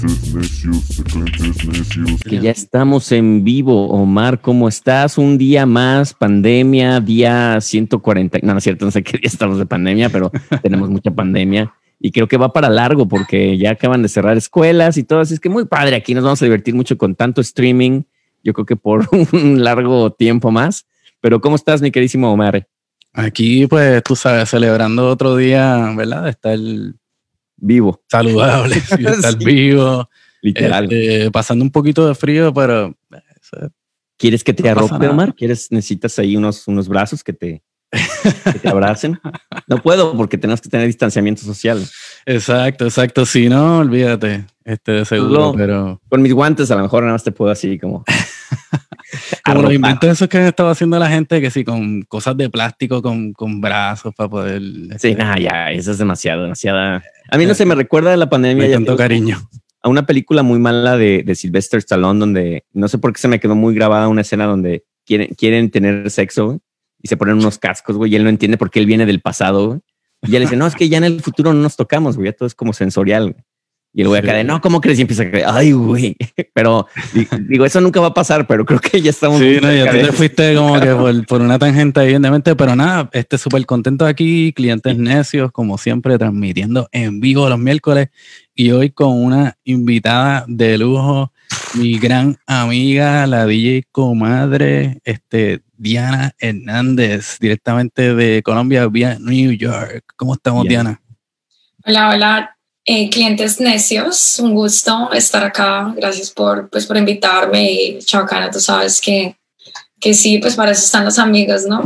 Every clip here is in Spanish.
Que ya estamos en vivo. Omar, ¿cómo estás? Un día más, pandemia, día 140. No, no es cierto, no sé qué día estamos de pandemia, pero tenemos mucha pandemia y creo que va para largo porque ya acaban de cerrar escuelas y todo. Así es que muy padre. Aquí nos vamos a divertir mucho con tanto streaming. Yo creo que por un largo tiempo más. Pero ¿cómo estás, mi queridísimo Omar? Aquí, pues, tú sabes, celebrando otro día, ¿verdad? De estar vivo. Saludable, de estar Sí. Literal. Pasando un poquito de frío, pero... ¿Quieres que te arrope, Omar? ¿Necesitas ahí unos brazos que te abracen? No puedo porque tenemos que tener distanciamiento social. Exacto. Si no, olvídate. De seguro, pero... Con mis guantes a lo mejor nada más te puedo así como... Como los inventos esos que estaba haciendo la gente, que sí, con cosas de plástico, con brazos para poder... Sí, ya, eso es demasiada... A mí no se me recuerda de la pandemia. Hay tanto cariño. A una película muy mala de Sylvester Stallone, donde no sé por qué se me quedó muy grabada una escena donde quieren tener sexo, güey, y se ponen unos cascos, güey, y él no entiende por qué él viene del pasado, güey. Y ya le dice, no, es que ya en el futuro no nos tocamos, güey, ya todo es como sensorial, güey. Y el güey acá de, no, ¿cómo crees? Y empieza a creer, ay, güey. Pero digo, eso nunca va a pasar, pero creo que ya estamos. Sí, no, ya tú te fuiste como que por una tangente, evidentemente, pero nada, súper contento aquí, clientes necios, como siempre, transmitiendo en vivo los miércoles. Y hoy con una invitada de lujo, mi gran amiga, la DJ comadre, Diana Hernández, directamente de Colombia, vía New York. ¿Cómo estamos, Diana? Hola. Clientes necios, un gusto estar acá. Gracias por invitarme. Y Chabacana, tú sabes que sí, pues para eso están los amigos, ¿no?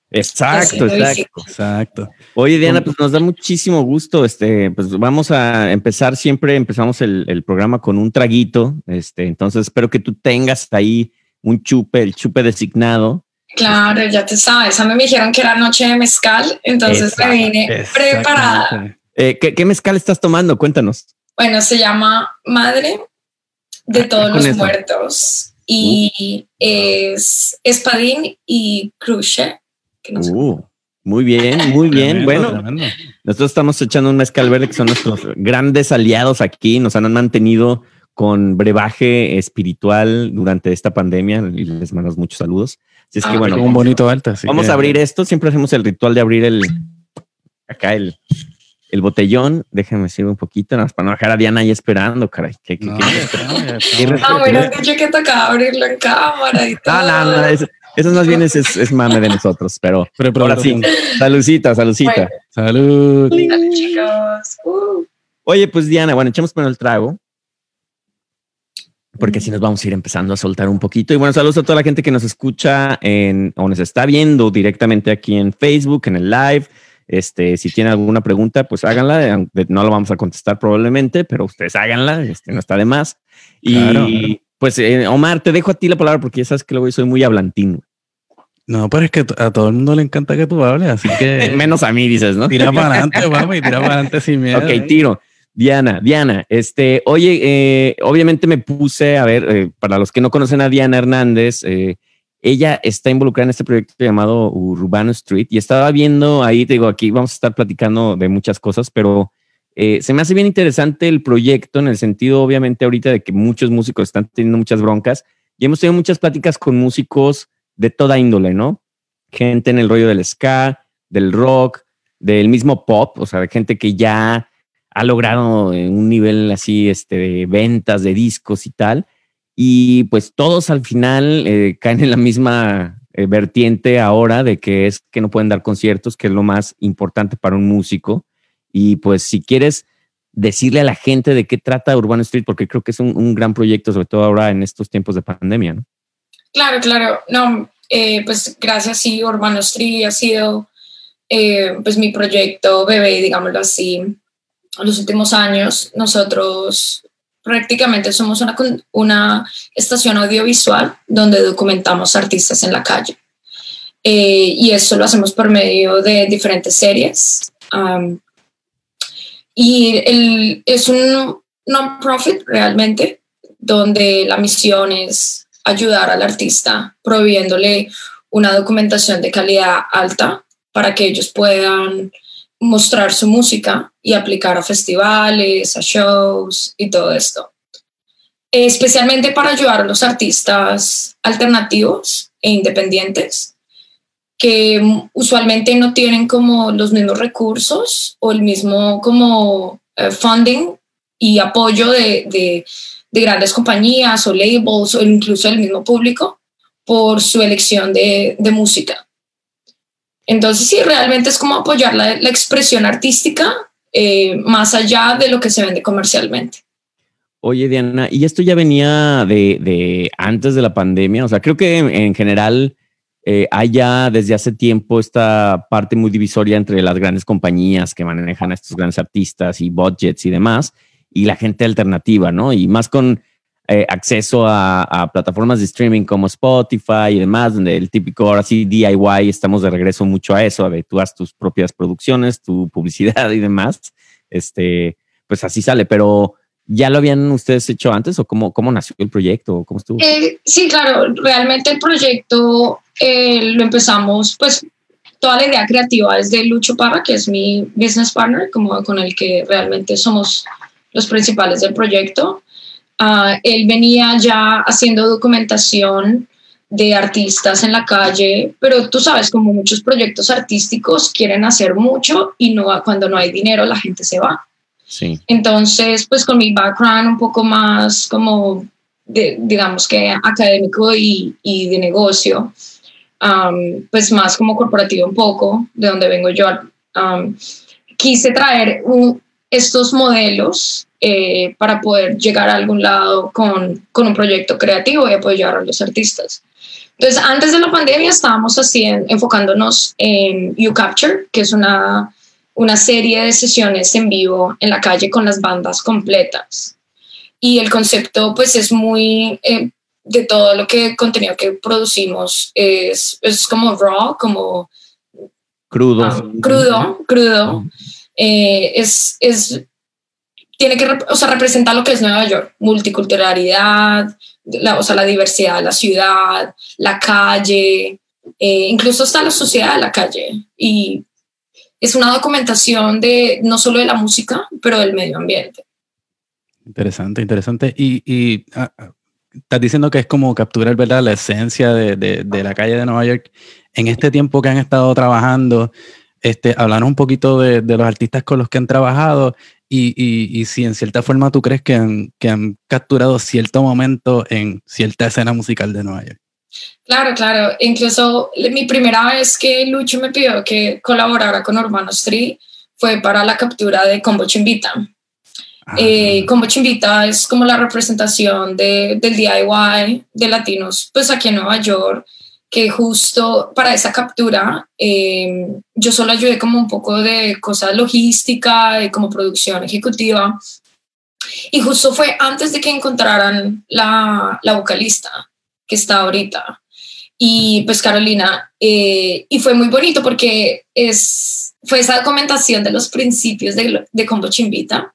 Exacto. Oye, Diana, pues nos da muchísimo gusto. Pues vamos a empezar. Siempre empezamos el programa con un traguito. Entonces espero que tú tengas ahí el chupe designado. Claro, ya te sabes. A mí me dijeron que era noche de mezcal, entonces me vine preparada. ¿Qué mezcal estás tomando? Cuéntanos. Bueno, se llama Madre de Todos los Muertos y es Espadín y Cruce. Muy bien. Bueno, nosotros estamos echando un mezcal verde que son nuestros grandes aliados aquí. Nos han mantenido con brebaje espiritual durante esta pandemia y les mandamos muchos saludos. Así es que bueno, un bonito alta. Vamos a abrir esto. Siempre hacemos el ritual de abrir el botellón. Déjame sirve un poquito, nada más para no dejar a Diana ahí esperando, caray. Bueno, dije que tocaba abrirlo en cámara y todo. No, eso más bien es mame de nosotros, pero ahora sí. Saludcita. Bueno. Salud. Chicos. Oye, pues Diana, bueno, echemos primero el trago, porque así nos vamos a ir empezando a soltar un poquito. Y bueno, saludos a toda la gente que nos escucha o nos está viendo directamente aquí en Facebook, en el live. Si tienen alguna pregunta, pues háganla. No la vamos a contestar probablemente, pero ustedes háganla. No está de más. Claro. Y pues, Omar, te dejo a ti la palabra porque ya sabes que luego soy muy hablantino. No, pero es que a todo el mundo le encanta que tú hables, así que... Menos a mí, dices, ¿no? Tira para adelante, papi, tira para adelante sin miedo. Ok, tiro. Diana, oye, obviamente me puse a ver, para los que no conocen a Diana Hernández, ella está involucrada en este proyecto llamado Urbano Street y estaba viendo ahí, te digo, aquí vamos a estar platicando de muchas cosas, pero se me hace bien interesante el proyecto en el sentido, obviamente, ahorita de que muchos músicos están teniendo muchas broncas y hemos tenido muchas pláticas con músicos de toda índole, ¿no? Gente en el rollo del ska, del rock, del mismo pop, o sea, de gente que ya ha logrado un nivel así de ventas de discos y tal. Y pues todos al final caen en la misma vertiente ahora de que es que no pueden dar conciertos, que es lo más importante para un músico. Y pues si quieres decirle a la gente de qué trata Urbano Street, porque creo que es un gran proyecto, sobre todo ahora en estos tiempos de pandemia, ¿no? Claro. No, pues gracias, sí, Urbano Street ha sido pues mi proyecto bebé, digámoslo así, en los últimos años. Nosotros prácticamente somos una estación audiovisual donde documentamos artistas en la calle. Y eso lo hacemos por medio de diferentes series. Y es un non-profit realmente, donde la misión es ayudar al artista proviéndole una documentación de calidad alta para que ellos puedan mostrar su música y aplicar a festivales, a shows y todo esto. especialmente para ayudar a los artistas alternativos e independientes que usualmente no tienen como los mismos recursos o el mismo como funding y apoyo de grandes compañías o labels o incluso el mismo público por su elección de música. Entonces sí, realmente es como apoyar la expresión artística más allá de lo que se vende comercialmente. Oye, Diana, ¿y esto ya venía de antes de la pandemia? O sea, creo que en general hay ya desde hace tiempo esta parte muy divisoria entre las grandes compañías que manejan a estos grandes artistas y budgets y demás, y la gente alternativa, ¿no? Y más con acceso a plataformas de streaming como Spotify y demás, donde el típico, ahora sí, DIY, estamos de regreso mucho a eso, a ver, tú haz tus propias producciones, tu publicidad y demás, pues así sale, pero ¿ya lo habían ustedes hecho antes o cómo nació el proyecto? ¿Cómo estuvo? Sí, claro, realmente el proyecto lo empezamos, pues toda la idea creativa es de Lucho Parra, que es mi business partner, como con el que realmente somos los principales del proyecto. Él venía ya haciendo documentación de artistas en la calle, pero tú sabes, como muchos proyectos artísticos quieren hacer mucho y cuando no hay dinero la gente se va. Sí. Entonces, pues con mi background un poco más como, digamos que académico y de negocio, pues más como corporativo un poco, de donde vengo yo, quise traer estos modelos para poder llegar a algún lado con un proyecto creativo y apoyar a los artistas. Entonces, antes de la pandemia estábamos enfocándonos en YouCapture, que es una serie de sesiones en vivo en la calle con las bandas completas. Y el concepto pues es muy de todo lo que contenido que producimos es como raw, como crudo. Crudo. Tiene que representar lo que es Nueva York, multiculturalidad, la diversidad de la ciudad, la calle, incluso hasta la sociedad de la calle. Y es una documentación no solo de la música, pero del medio ambiente. Interesante. Y estás diciendo que es como capturar, ¿verdad?, la esencia de la calle de Nueva York. En este tiempo que han estado trabajando, hablaron un poquito de los artistas con los que han trabajado y si en cierta forma tú crees que han capturado cierto momento en cierta escena musical de Nueva York. Claro. Incluso mi primera vez que Lucho me pidió que colaborara con Urbano Street fue para la captura de Combo Chimbita. Combo Chimbita es como la representación del DIY de latinos, pues aquí en Nueva York, que justo para esa captura yo solo ayudé como un poco de cosas logística, de como producción ejecutiva, y justo fue antes de que encontraran la vocalista que está ahorita, y pues Carolina, y fue muy bonito porque fue esa documentación de los principios de Combo Chimbita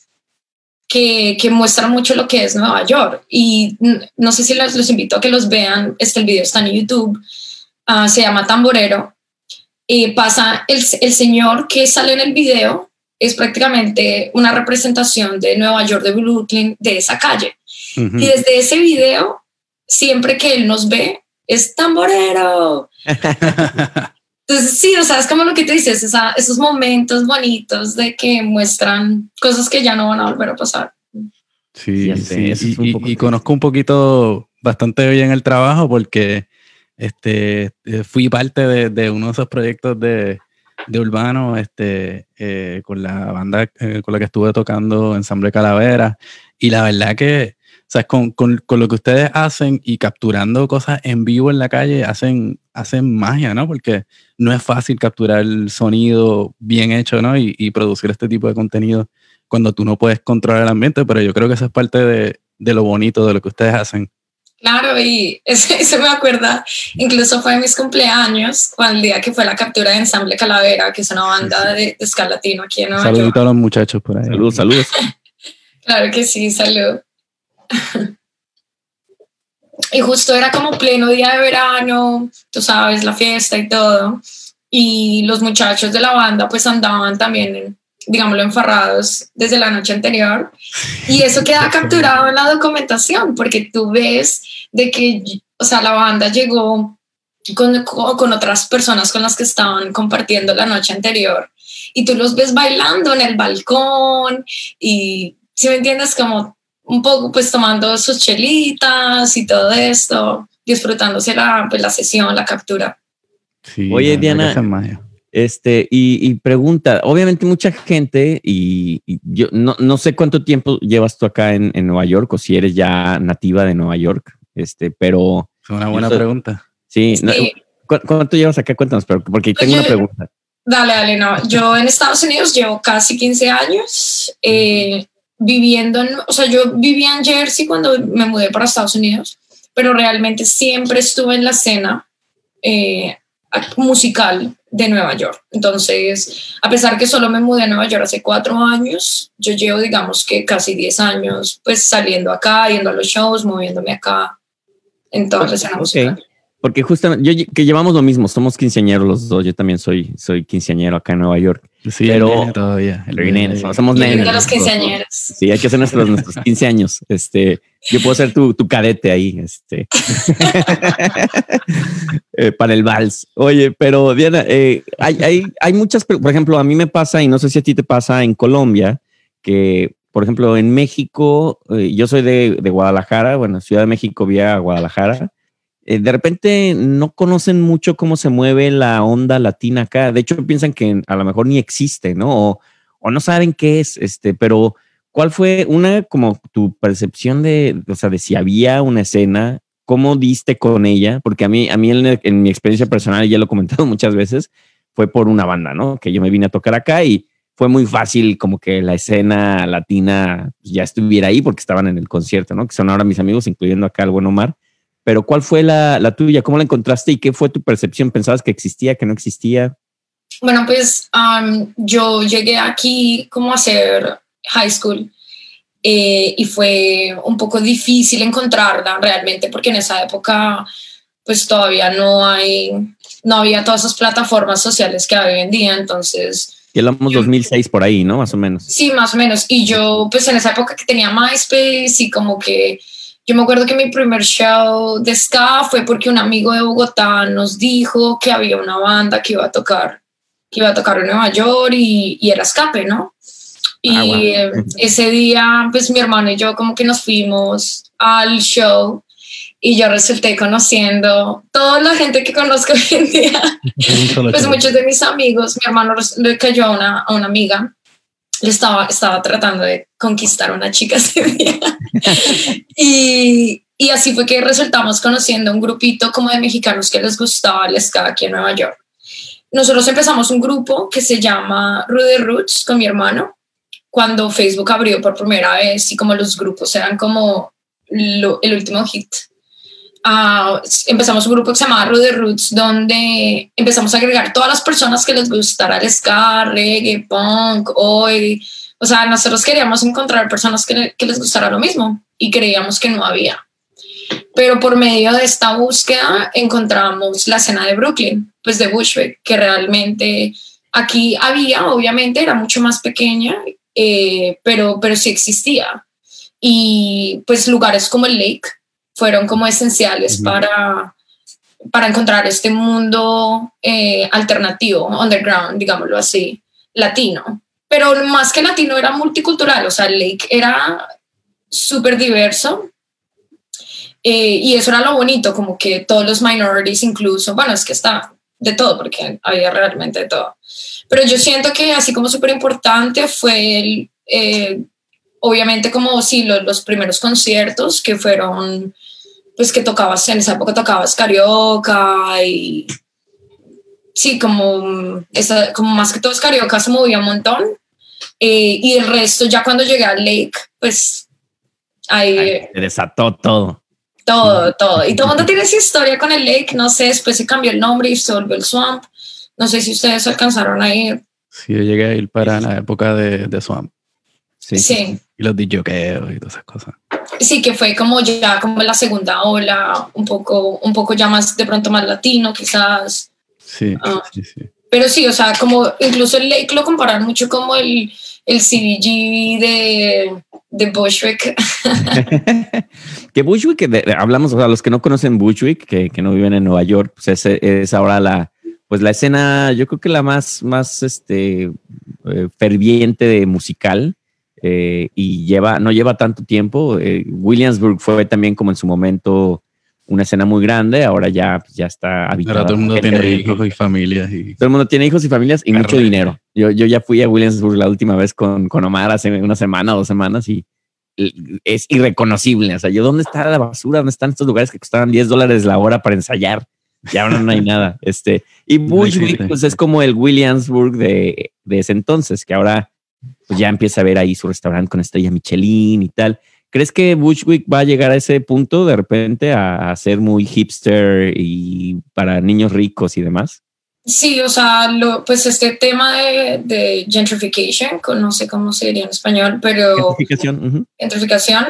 que muestra mucho lo que es Nueva York. Y no sé si los invito a que los vean, el video está en YouTube, se llama Tamborero, pasa el señor que sale en el video, es prácticamente una representación de Nueva York, de Brooklyn, de esa calle. Uh-huh. Y desde ese video, siempre que él nos ve, es tamborero. Entonces, sí, o sea, es como lo que te dices, esos momentos bonitos de que muestran cosas que ya no van a volver a pasar. Sí. Y conozco un poquito, bastante bien el trabajo porque fui parte de uno de esos proyectos de Urbano, con la banda con la que estuve tocando, Ensamble Calavera, y la verdad que, o sea, con lo que ustedes hacen y capturando cosas en vivo en la calle, hacen magia, ¿no? Porque no es fácil capturar el sonido bien hecho, ¿no? Y producir este tipo de contenido cuando tú no puedes controlar el ambiente, pero yo creo que eso es parte de lo bonito de lo que ustedes hacen. Claro, y eso me acuerda, incluso fue en mis cumpleaños, cuando el día que fue la captura de Ensamble Calavera, que es una banda de ska latino aquí en Nueva York. Saludito a los muchachos por ahí. Saludos. Claro que sí, salud. Y justo era como pleno día de verano, tú sabes, la fiesta y todo, y los muchachos de la banda pues andaban también digámoslo, enfarrados desde la noche anterior. Y eso queda capturado en la documentación, porque tú ves de que, o sea, la banda llegó con otras personas con las que estaban compartiendo la noche anterior, y tú los ves bailando en el balcón, y si me entiendes, como un poco pues tomando sus chelitas y todo esto, disfrutándose la sesión, la captura. Sí, oye, Diana, y pregunta, obviamente mucha gente, y yo no sé cuánto tiempo llevas tú acá en Nueva York, o si eres ya nativa de Nueva York, pero... Es una buena pregunta. Sí, sí. No, ¿cuánto llevas acá? Cuéntanos, porque tengo una pregunta. Dale, no. Yo en Estados Unidos llevo casi 15 años viviendo, o sea, yo vivía en Jersey cuando me mudé para Estados Unidos, pero realmente siempre estuve en la escena musical de Nueva York. Entonces, a pesar que solo me mudé a Nueva York hace 4 años, yo llevo, digamos que casi 10 años, pues saliendo acá, yendo a los shows, moviéndome acá en toda la escena musical. Porque justamente que llevamos lo mismo, somos quinceañeros los dos, yo también soy quinceañero acá en Nueva York. Sí, pero el nene todavía. Somos nenes. De los quinceañeros. Sí, hay que hacer nuestros 15 años. Yo puedo ser tu cadete ahí, para el vals. Oye, pero Diana, hay muchas, por ejemplo, a mí me pasa, y no sé si a ti te pasa en Colombia, que, por ejemplo, en México, yo soy de Guadalajara, Ciudad de México vía Guadalajara. De repente no conocen mucho cómo se mueve la onda latina acá. De hecho, piensan que a lo mejor ni existe, ¿no? O no saben qué es, pero ¿cuál fue como tu percepción de si había una escena? ¿Cómo diste con ella? Porque a mí en mi experiencia personal, ya lo he comentado muchas veces, fue por una banda, ¿no? Que yo me vine a tocar acá y fue muy fácil como que la escena latina ya estuviera ahí porque estaban en el concierto, ¿no? Que son ahora mis amigos, incluyendo acá al buen Omar. Pero ¿cuál fue la tuya? ¿Cómo la encontraste y qué fue tu percepción? ¿Pensabas que existía, que no existía? Bueno, pues yo llegué aquí como a hacer high school y fue un poco difícil encontrarla realmente, porque en esa época pues todavía no había todas esas plataformas sociales que hay hoy en día, entonces... Y hablamos 2006 por ahí, ¿no? Más o menos. Sí, más o menos. Y yo pues en esa época que tenía MySpace y como que... Yo me acuerdo que mi primer show de ska fue porque un amigo de Bogotá nos dijo que había una banda que iba a tocar en Nueva York y era Escape, ¿no? Y ese día, pues mi hermano y yo como que nos fuimos al show y yo resulté conociendo toda la gente que conozco hoy en día. Pues muchos de mis amigos, mi hermano le cayó a una amiga. Le estaba tratando de conquistar a una chica ese día. y así fue que resultamos conociendo un grupito como de mexicanos que les gustaba el ska aquí en Nueva York. Nosotros empezamos un grupo que se llama Rude Roots con mi hermano cuando Facebook abrió por primera vez y como los grupos eran como el último hit. Empezamos un grupo que se llamaba Rude Roots, donde empezamos a agregar todas las personas que les gustara el ska, reggae, punk, hoy. O sea, nosotros queríamos encontrar personas que les gustara lo mismo y creíamos que no había. Pero por medio de esta búsqueda encontramos la escena de Brooklyn, pues de Bushwick, que realmente aquí había, obviamente era mucho más pequeña, pero sí existía. Y pues lugares como el Lake fueron como esenciales para encontrar este mundo alternativo, underground, digámoslo así, latino. Pero más que latino era multicultural, o sea, el Lake era súper diverso y eso era lo bonito, como que todos los minorities incluso, bueno, es que está de todo, porque había realmente de todo. Pero yo siento que así como súper importante fue obviamente como sí, los primeros conciertos que fueron, pues que tocabas, en esa época tocabas carioca y sí, como más que todo carioca se movía un montón y el resto ya cuando llegué al Lake, pues ahí se desató todo. Todo. Y todo el mundo tiene esa historia con el Lake, no sé, después se cambió el nombre y se volvió el Swamp. No sé si ustedes alcanzaron a ir. Sí, yo llegué a ir para la época de Swamp. Sí. Y los DJs y todas esas cosas. Sí, que fue como ya como la segunda ola, un poco ya más de pronto más latino quizás. Sí. Pero sí, o sea, como incluso el Lake lo comparan mucho como el CBGB de Bushwick. Que Bushwick, hablamos, o sea, los que no conocen Bushwick, que no viven en Nueva York, pues es ahora la escena, yo creo que la más ferviente de musical, y no lleva tanto tiempo. Williamsburg fue también como en su momento una escena muy grande, ahora ya está habitada. Ahora todo el mundo tiene hijos y familias. Todo el mundo tiene hijos y familias y mucho dinero. Yo ya fui a Williamsburg la última vez con Omar hace una semana o 2 semanas y es irreconocible. O sea, ¿dónde está la basura? ¿Dónde están estos lugares que costaban $10 la hora para ensayar? Y ahora no hay nada. Y Bushwick, pues es como el Williamsburg de ese entonces, que ahora pues ya empieza a ver ahí su restaurante con estrella Michelin y tal. ¿Crees que Bushwick va a llegar a ese punto de repente a ser muy hipster y para niños ricos y demás? Sí, o sea, pues este tema de gentrification, no sé cómo se diría en español, pero gentrificación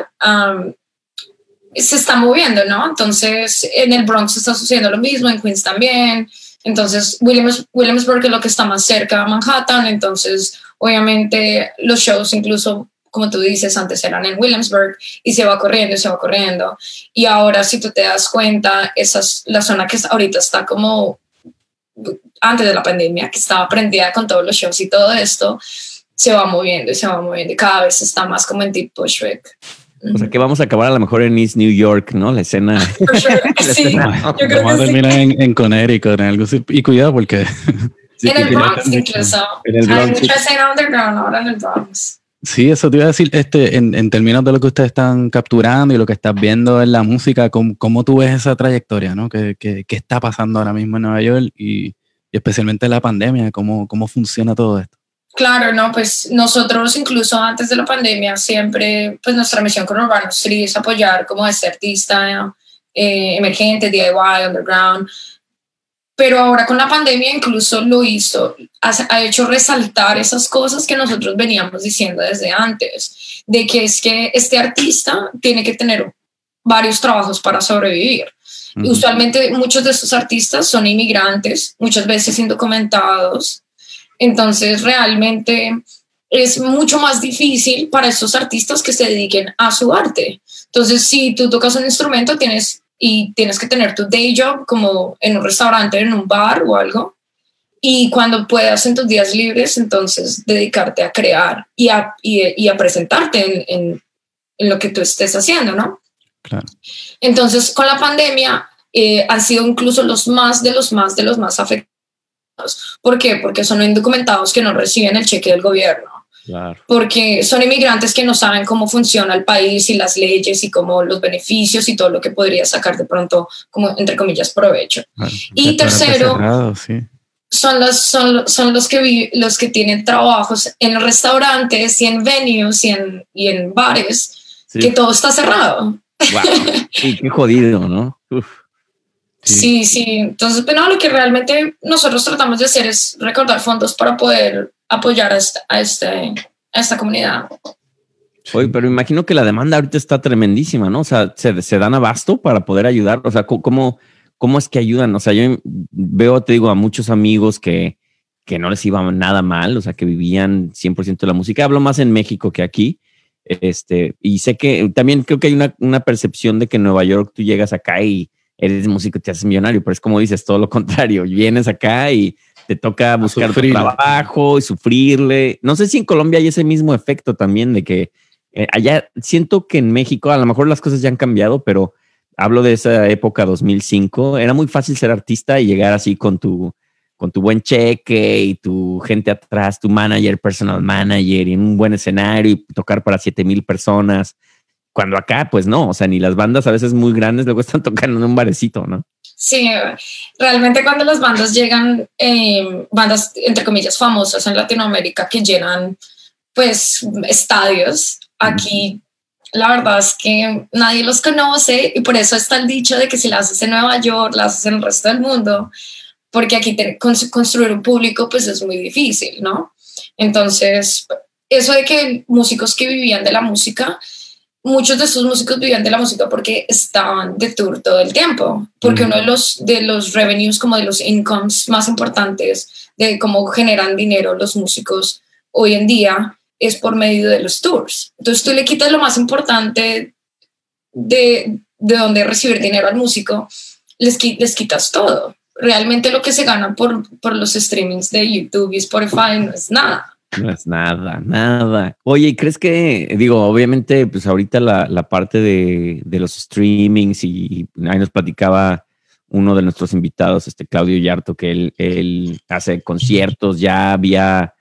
se está moviendo, ¿no? Entonces, en el Bronx está sucediendo lo mismo, en Queens también. Entonces, Williamsburg es lo que está más cerca a Manhattan, entonces, obviamente, los shows incluso, como tú dices, antes eran en Williamsburg y se va corriendo y se va corriendo. Y ahora, si tú te das cuenta, esa es la zona que ahorita está como antes de la pandemia, que estaba prendida con todos los shows y todo esto, se va moviendo y se va moviendo y cada vez está más como en Deep Bushwick. O sea que vamos a acabar a lo mejor en East New York, ¿no? La escena. For sure. Sí, yo creo vamos que a terminar en Connecticut, en algo así. Y cuidado porque... en el Bronx incluso. Hay mucha escena underground ahora en el Bronx. Sí, eso te iba a decir, en términos de lo que ustedes están capturando y lo que estás viendo en la música, ¿cómo tú ves esa trayectoria, ¿no? ¿Qué está pasando ahora mismo en Nueva York y especialmente la pandemia? ¿Cómo funciona todo esto? Claro, no, pues nosotros incluso antes de la pandemia siempre, pues nuestra misión con Urbano Street es apoyar como este artista emergente, DIY, underground, pero ahora con la pandemia incluso ha hecho resaltar esas cosas que nosotros veníamos diciendo desde antes, de que es que este artista tiene que tener varios trabajos para sobrevivir. Uh-huh. Y usualmente muchos de estos artistas son inmigrantes, muchas veces indocumentados. Entonces, realmente es mucho más difícil para estos artistas que se dediquen a su arte. Entonces, si tú tocas un instrumento, tienes que tener tu day job como en un restaurante, en un bar o algo. Y cuando puedas en tus días libres, entonces dedicarte a crear y a presentarte en lo que tú estés haciendo, ¿no? Claro. Entonces, con la pandemia han sido incluso los más afectados. ¿Por qué? Porque son indocumentados que no reciben el cheque del gobierno. Claro. Porque son inmigrantes que no saben cómo funciona el país y las leyes y cómo los beneficios y todo lo que podría sacar de pronto, como entre comillas, provecho. Claro. Y tercero, cerrado, sí. son los que tienen trabajos en los restaurantes y en venues y en bares, sí, que todo está cerrado. Wow. Sí, qué jodido, ¿no? Uf. Sí. Entonces, pero no, lo que realmente nosotros tratamos de hacer es recaudar fondos para poder apoyar a esta comunidad. Oye, pero imagino que la demanda ahorita está tremendísima, ¿no? O sea, ¿se dan abasto para poder ayudar? O sea, ¿cómo es que ayudan? O sea, yo veo, te digo, a muchos amigos que no les iba nada mal, o sea, que vivían 100% de la música. Hablo más en México que aquí. Y sé que también creo que hay una percepción de que en Nueva York tú llegas acá y eres músico y te haces millonario, pero es como dices, todo lo contrario. Vienes acá y te toca buscar tu trabajo y sufrirle. No sé si en Colombia hay ese mismo efecto también de que allá siento que en México a lo mejor las cosas ya han cambiado, pero hablo de esa época 2005. Era muy fácil ser artista y llegar así con tu buen cheque y tu gente atrás, tu manager, personal manager y en un buen escenario y tocar para 7,000 personas. Cuando acá, pues no, o sea, ni las bandas a veces muy grandes luego están tocando en un barecito, ¿no? Sí, realmente cuando las bandas llegan, bandas entre comillas famosas en Latinoamérica que llenan pues estadios, aquí la verdad es que nadie los conoce y por eso está el dicho de que si las haces en Nueva York, las haces en el resto del mundo, porque aquí construir un público pues es muy difícil, ¿no? Entonces, eso de que músicos que vivían de la música muchos de estos músicos vivían de la música porque estaban de tour todo el tiempo, porque uno de los revenues, como de los incomes más importantes de cómo generan dinero los músicos hoy en día es por medio de los tours. Entonces tú le quitas lo más importante de donde recibir dinero al músico, les quitas todo. Realmente lo que se gana por los streamings de YouTube y Spotify no es nada. No es nada. Oye, ¿crees que, digo, obviamente, pues ahorita la parte de los streamings y ahí nos platicaba uno de nuestros invitados, Claudio Yarto, que él hace conciertos, ya había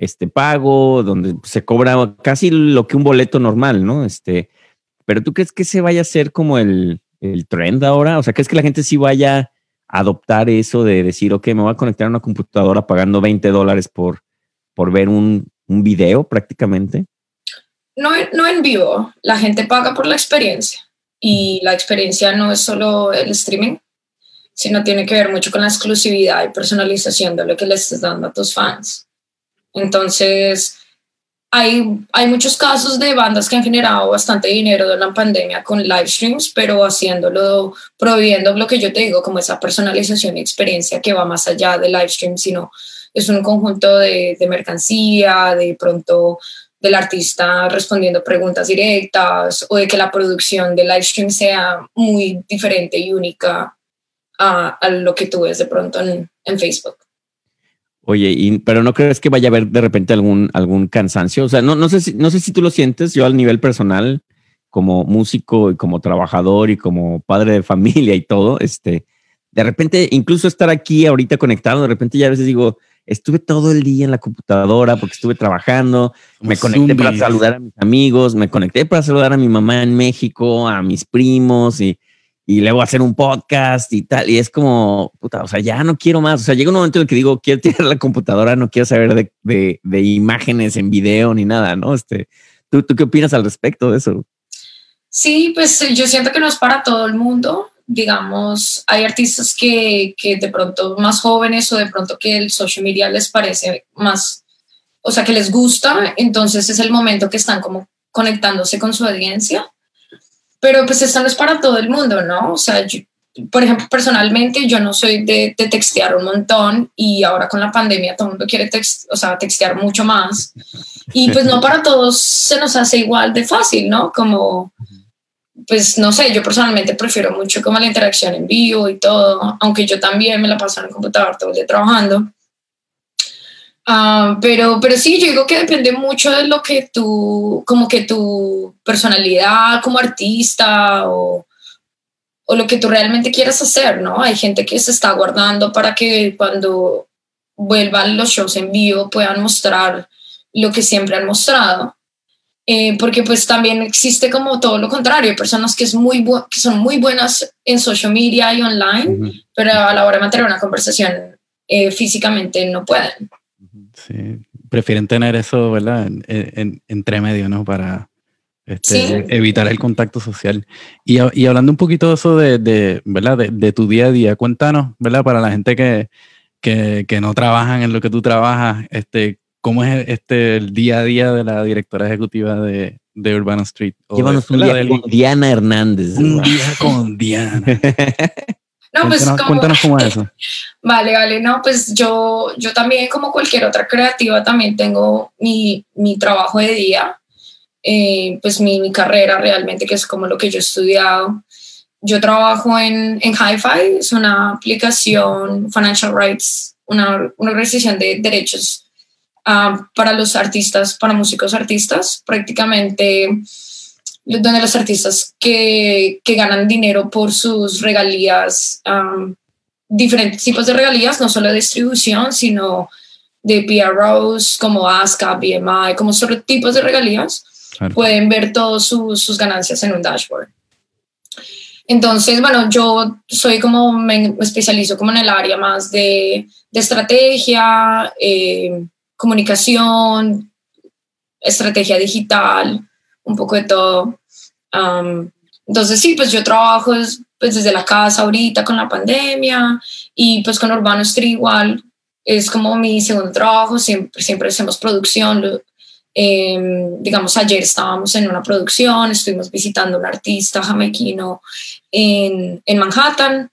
pago, donde se cobra casi lo que un boleto normal, ¿no? Pero ¿tú crees que se vaya a hacer como el trend ahora? O sea, ¿crees que la gente sí vaya a adoptar eso de decir, ok, me voy a conectar a una computadora pagando $20 por ver un video prácticamente? No en vivo, la gente paga por la experiencia y la experiencia no es solo el streaming, sino tiene que ver mucho con la exclusividad y personalización de lo que le estés dando a tus fans. Entonces, hay muchos casos de bandas que han generado bastante dinero de la pandemia con live streams, pero prohibiendo lo que yo te digo, como esa personalización y experiencia que va más allá del live stream, sino es un conjunto de mercancía, de pronto del artista respondiendo preguntas directas o de que la producción del live stream sea muy diferente y única a lo que tú ves de pronto en Facebook. Oye, pero ¿no crees que vaya a haber de repente algún cansancio? O sea, no sé si tú lo sientes. Yo al nivel personal, como músico y como trabajador y como padre de familia y todo, de repente incluso estar aquí ahorita conectado, de repente ya a veces digo, estuve todo el día en la computadora porque estuve trabajando, me conecté para saludar a mis amigos, me conecté para saludar a mi mamá en México, a mis primos y luego hacer un podcast y tal. Y es como, puta, o sea, ya no quiero más. O sea, llega un momento en el que digo, quiero tirar la computadora, no quiero saber de imágenes en video ni nada, ¿no? ¿Tú qué opinas al respecto de eso? Sí, pues yo siento que no es para todo el mundo. Digamos, hay artistas que de pronto más jóvenes o de pronto que el social media les parece más, o sea, que les gusta, entonces es el momento que están como conectándose con su audiencia, pero pues esto no es para todo el mundo, ¿no? O sea, yo, por ejemplo, personalmente yo no soy de textear un montón y ahora con la pandemia todo el mundo quiere textear mucho más y pues no para todos se nos hace igual de fácil, ¿no? Como... pues no sé, yo personalmente prefiero mucho como la interacción en vivo y todo, aunque yo también me la paso en el computador todo el día trabajando. Pero sí, yo digo que depende mucho de lo que como que tu personalidad como artista o lo que tú realmente quieras hacer, ¿no? Hay gente que se está guardando para que cuando vuelvan los shows en vivo puedan mostrar lo que siempre han mostrado. Porque pues también existe como todo lo contrario, hay personas que son muy buenas en social media y online, pero a la hora de mantener una conversación físicamente no pueden. Sí, prefieren tener eso, ¿verdad? Entre medio, ¿no? Para evitar el contacto social. Y hablando un poquito de eso ¿verdad? De tu día a día, cuéntanos, ¿verdad? Para la gente que no trabajan en lo que tú trabajas, ¿cómo es el día a día de la directora ejecutiva de Urbana Street? Llévanos un día con Diana Hernández. Un día con Diana. No, cuéntanos cómo es eso. Vale. No, pues yo también, como cualquier otra creativa, también tengo mi trabajo de día, pues mi carrera realmente, que es como lo que yo he estudiado. Yo trabajo en Hi-Fi, es una aplicación, Financial Rights, una organización de derechos para los artistas, para músicos artistas, prácticamente donde los artistas que ganan dinero por sus regalías, diferentes tipos de regalías, no solo de distribución, sino de PROs como ASCAP, BMI, como solo tipos de regalías, claro, pueden ver todas sus ganancias en un dashboard. Entonces, bueno, yo soy como, me especializo como en el área más de estrategia, comunicación, estrategia digital, un poco de todo. Entonces sí, pues yo trabajo pues desde la casa ahorita con la pandemia y pues con Urbana Street igual, es como mi segundo trabajo, siempre hacemos producción, Digamos, ayer estábamos en una producción, estuvimos visitando a un artista jamaiquino en Manhattan.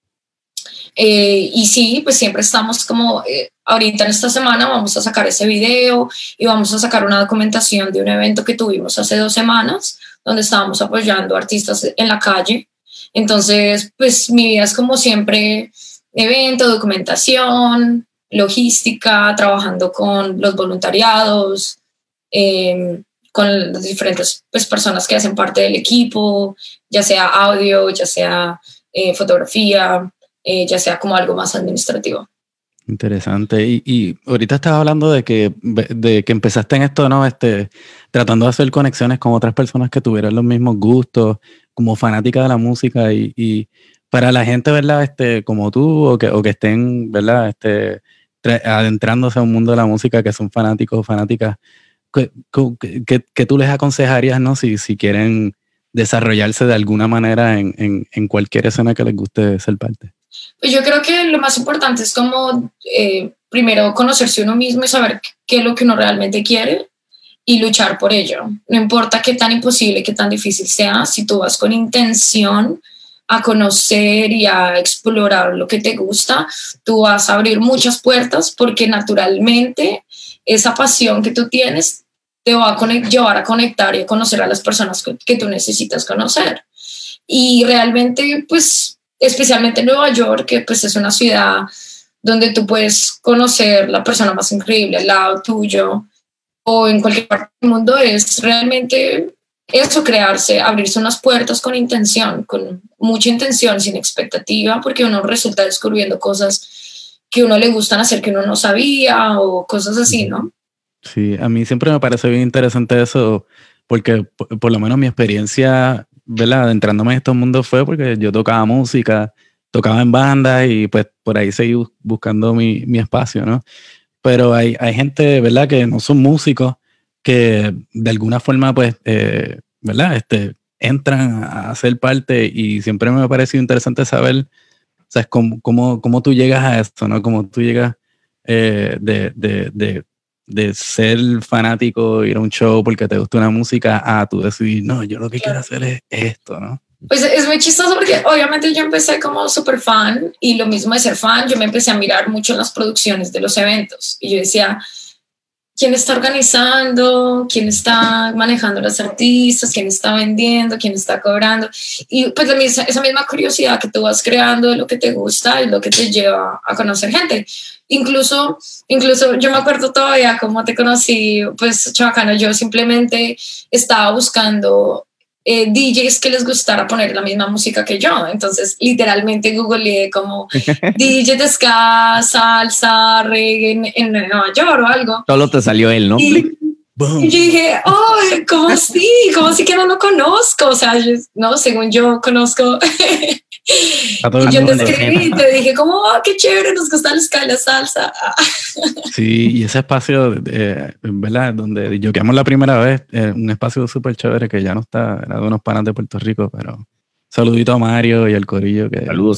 Y sí, pues siempre estamos como, ahorita en esta semana vamos a sacar ese video y vamos a sacar una documentación de un evento que tuvimos hace 2 semanas, donde estábamos apoyando artistas en la calle. Entonces, pues mi vida es como siempre, evento, documentación, logística, trabajando con los voluntariados, con las diferentes pues, personas que hacen parte del equipo, ya sea audio, ya sea fotografía, ya sea como algo más administrativo. Interesante. Y ahorita estabas hablando de que empezaste en esto, ¿no? Tratando de hacer conexiones con otras personas que tuvieran los mismos gustos, como fanática de la música y para la gente, ¿verdad? Como tú o que estén, ¿verdad? Adentrándose a un mundo de la música, que son fanáticos o fanáticas, ¿qué tú les aconsejarías, ¿no? Si quieren desarrollarse de alguna manera en cualquier escena que les guste ser parte. Pues yo creo que lo más importante es como primero conocerse uno mismo y saber qué es lo que uno realmente quiere y luchar por ello. No importa qué tan imposible, qué tan difícil sea, si tú vas con intención a conocer y a explorar lo que te gusta, tú vas a abrir muchas puertas porque naturalmente esa pasión que tú tienes te va a llevar a conectar y a conocer a las personas que tú necesitas conocer. Y realmente, pues, especialmente en Nueva York, que pues es una ciudad donde tú puedes conocer la persona más increíble al lado tuyo o en cualquier parte del mundo, es realmente eso, crearse, abrirse unas puertas con intención, con mucha intención, sin expectativa, porque uno resulta descubriendo cosas que a uno le gustan hacer que uno no sabía o cosas así, ¿no? Sí, a mí siempre me parece bien interesante eso, porque por lo menos mi experiencia, ¿verdad? Adentrándome en estos mundos fue porque yo tocaba música, tocaba en bandas y pues por ahí seguí buscando mi espacio, ¿no? Pero hay gente, ¿verdad? Que no son músicos, que de alguna forma, pues, ¿verdad? Entran a ser parte y siempre me ha parecido interesante saber, o sea, cómo tú llegas a esto, ¿no? Cómo tú llegas de ser fanático, ir a un show porque te gusta una música, a tú decidir, no, yo lo que quiero hacer es esto, ¿no? Pues es muy chistoso porque obviamente yo empecé como súper fan y lo mismo de ser fan, yo me empecé a mirar mucho en las producciones de los eventos y yo decía, ¿quién está organizando? ¿Quién está manejando a los artistas? ¿Quién está vendiendo? ¿Quién está cobrando? Y pues esa misma curiosidad que tú vas creando de lo que te gusta es lo que te lleva a conocer gente. Incluso yo me acuerdo todavía cómo te conocí, pues chabacano, yo simplemente estaba buscando DJs que les gustara poner la misma música que yo, entonces literalmente googleé como DJ de ska, salsa, reggae en Nueva York o algo. Solo te salió él, ¿no? Y yo dije, oh, ¿cómo así? ¿Cómo así que no lo conozco? O sea, no, según yo conozco. Y yo te escribí y te dije como, oh, qué chévere, nos gusta el ska y la salsa. Sí, y ese espacio, ¿verdad? Donde yo quedamos la primera vez, un espacio súper chévere que ya no está, era de unos panas de Puerto Rico, pero saludito a Mario y al corillo. Saludos.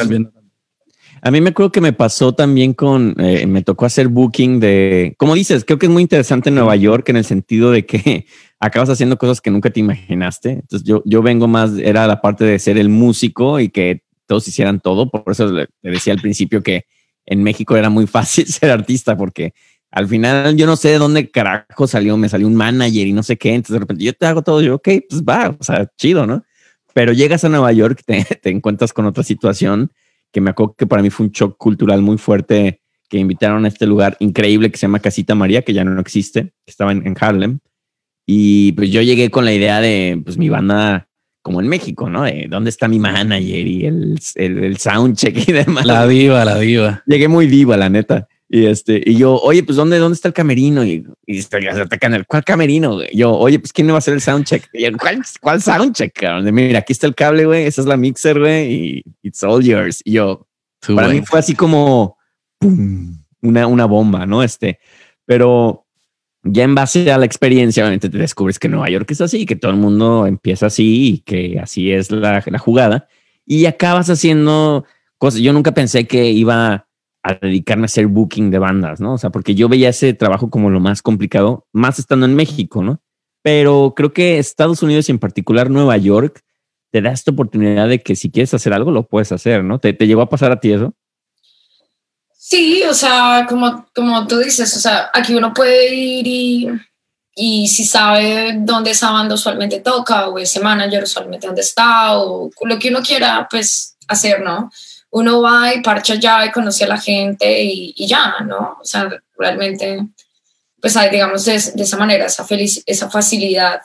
A mí me acuerdo que me pasó también me tocó hacer booking de, como dices, creo que es muy interesante en Nueva York en el sentido de que acabas haciendo cosas que nunca te imaginaste. Entonces yo vengo más, era la parte de ser el músico y que todos hicieran todo. Por eso le decía al principio que en México era muy fácil ser artista porque al final yo no sé de dónde carajo me salió un manager y no sé qué. Entonces de repente yo te hago todo, yo, ok, pues va, o sea, chido, ¿no? Pero llegas a Nueva York, te encuentras con otra situación que me acuerdo que para mí fue un shock cultural muy fuerte, que invitaron a este lugar increíble que se llama Casita María, que ya no existe, que estaba en Harlem. Y pues yo llegué con la idea de pues mi banda como en México, ¿no? De dónde está mi manager y el soundcheck y demás. La diva. Llegué muy diva, la neta. Y yo, oye, pues ¿dónde está el camerino? Y ¿cuál camerino? Güey? Yo, oye, pues ¿quién me va a hacer el soundcheck? Y yo, ¿cuál soundcheck? Cabrón? Mira, aquí está el cable, güey. Esa es la mixer, güey. Y it's all yours. Y yo, para mí fue así como ¡pum! Una bomba, ¿no? Pero ya en base a la experiencia, obviamente te descubres que Nueva York es así, que todo el mundo empieza así y que así es la jugada. Y acabas haciendo cosas. Yo nunca pensé que iba a dedicarme a hacer booking de bandas, ¿no? O sea, porque yo veía ese trabajo como lo más complicado, más estando en México, ¿no? Pero creo que Estados Unidos y en particular Nueva York te da esta oportunidad de que si quieres hacer algo, lo puedes hacer, ¿no? ¿Te llegó a pasar a ti eso? Sí, o sea, como tú dices, o sea, aquí uno puede ir y si sabe dónde esa banda usualmente toca o ese manager usualmente dónde está o lo que uno quiera, pues, hacer, ¿no? Uno va y parcha allá y conoce a la gente y ya, ¿no? O sea, realmente, pues hay, digamos, de esa manera, esa facilidad.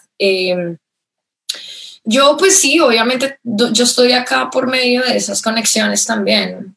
Yo, pues sí, obviamente, yo estoy acá por medio de esas conexiones también.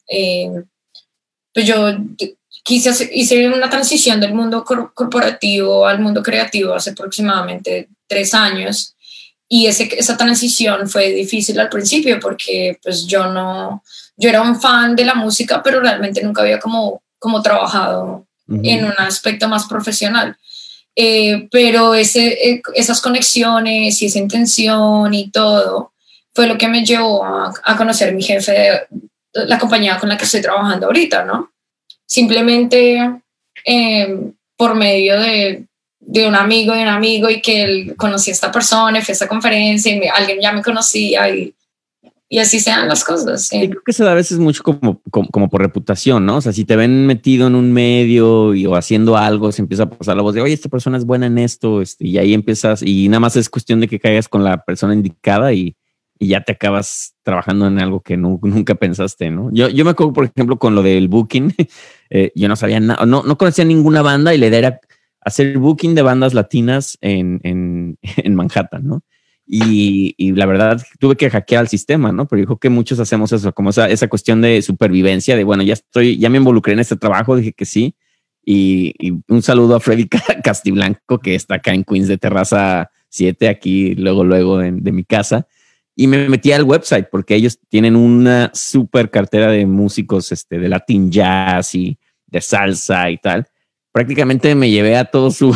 Pues yo hice una transición del mundo corporativo al mundo creativo hace aproximadamente 3 años y esa transición fue difícil al principio porque pues yo era un fan de la música, pero realmente nunca había como trabajado en un aspecto más profesional. Pero esas conexiones y esa intención y todo fue lo que me llevó a conocer a mi jefe de la compañía con la que estoy trabajando ahorita, ¿no? Simplemente por medio de un amigo y que él conocía a esta persona y fue a esta conferencia y alguien ya me conocía y así se dan las cosas. Sí. Y creo que se da a veces mucho como por reputación, ¿no? O sea, si te ven metido en un medio o haciendo algo, se empieza a pasar la voz de, oye, esta persona es buena en esto, y ahí empiezas, y nada más es cuestión de que caigas con la persona indicada y ya te acabas trabajando en algo que nunca pensaste, ¿no? Yo me acuerdo, por ejemplo, con lo del booking, yo no sabía nada, no conocía ninguna banda y la idea era hacer booking de bandas latinas en Manhattan, ¿no? Y la verdad tuve que hackear el sistema, ¿no? Pero yo creo que muchos hacemos eso, como esa cuestión de supervivencia, de bueno, ya me involucré en este trabajo, dije que sí. Y un saludo a Freddy Castiblanco, que está acá en Queens de Terraza 7, aquí luego de mi casa. Y me metí al website porque ellos tienen una super cartera de músicos de Latin Jazz y de salsa y tal. Prácticamente me llevé a todo su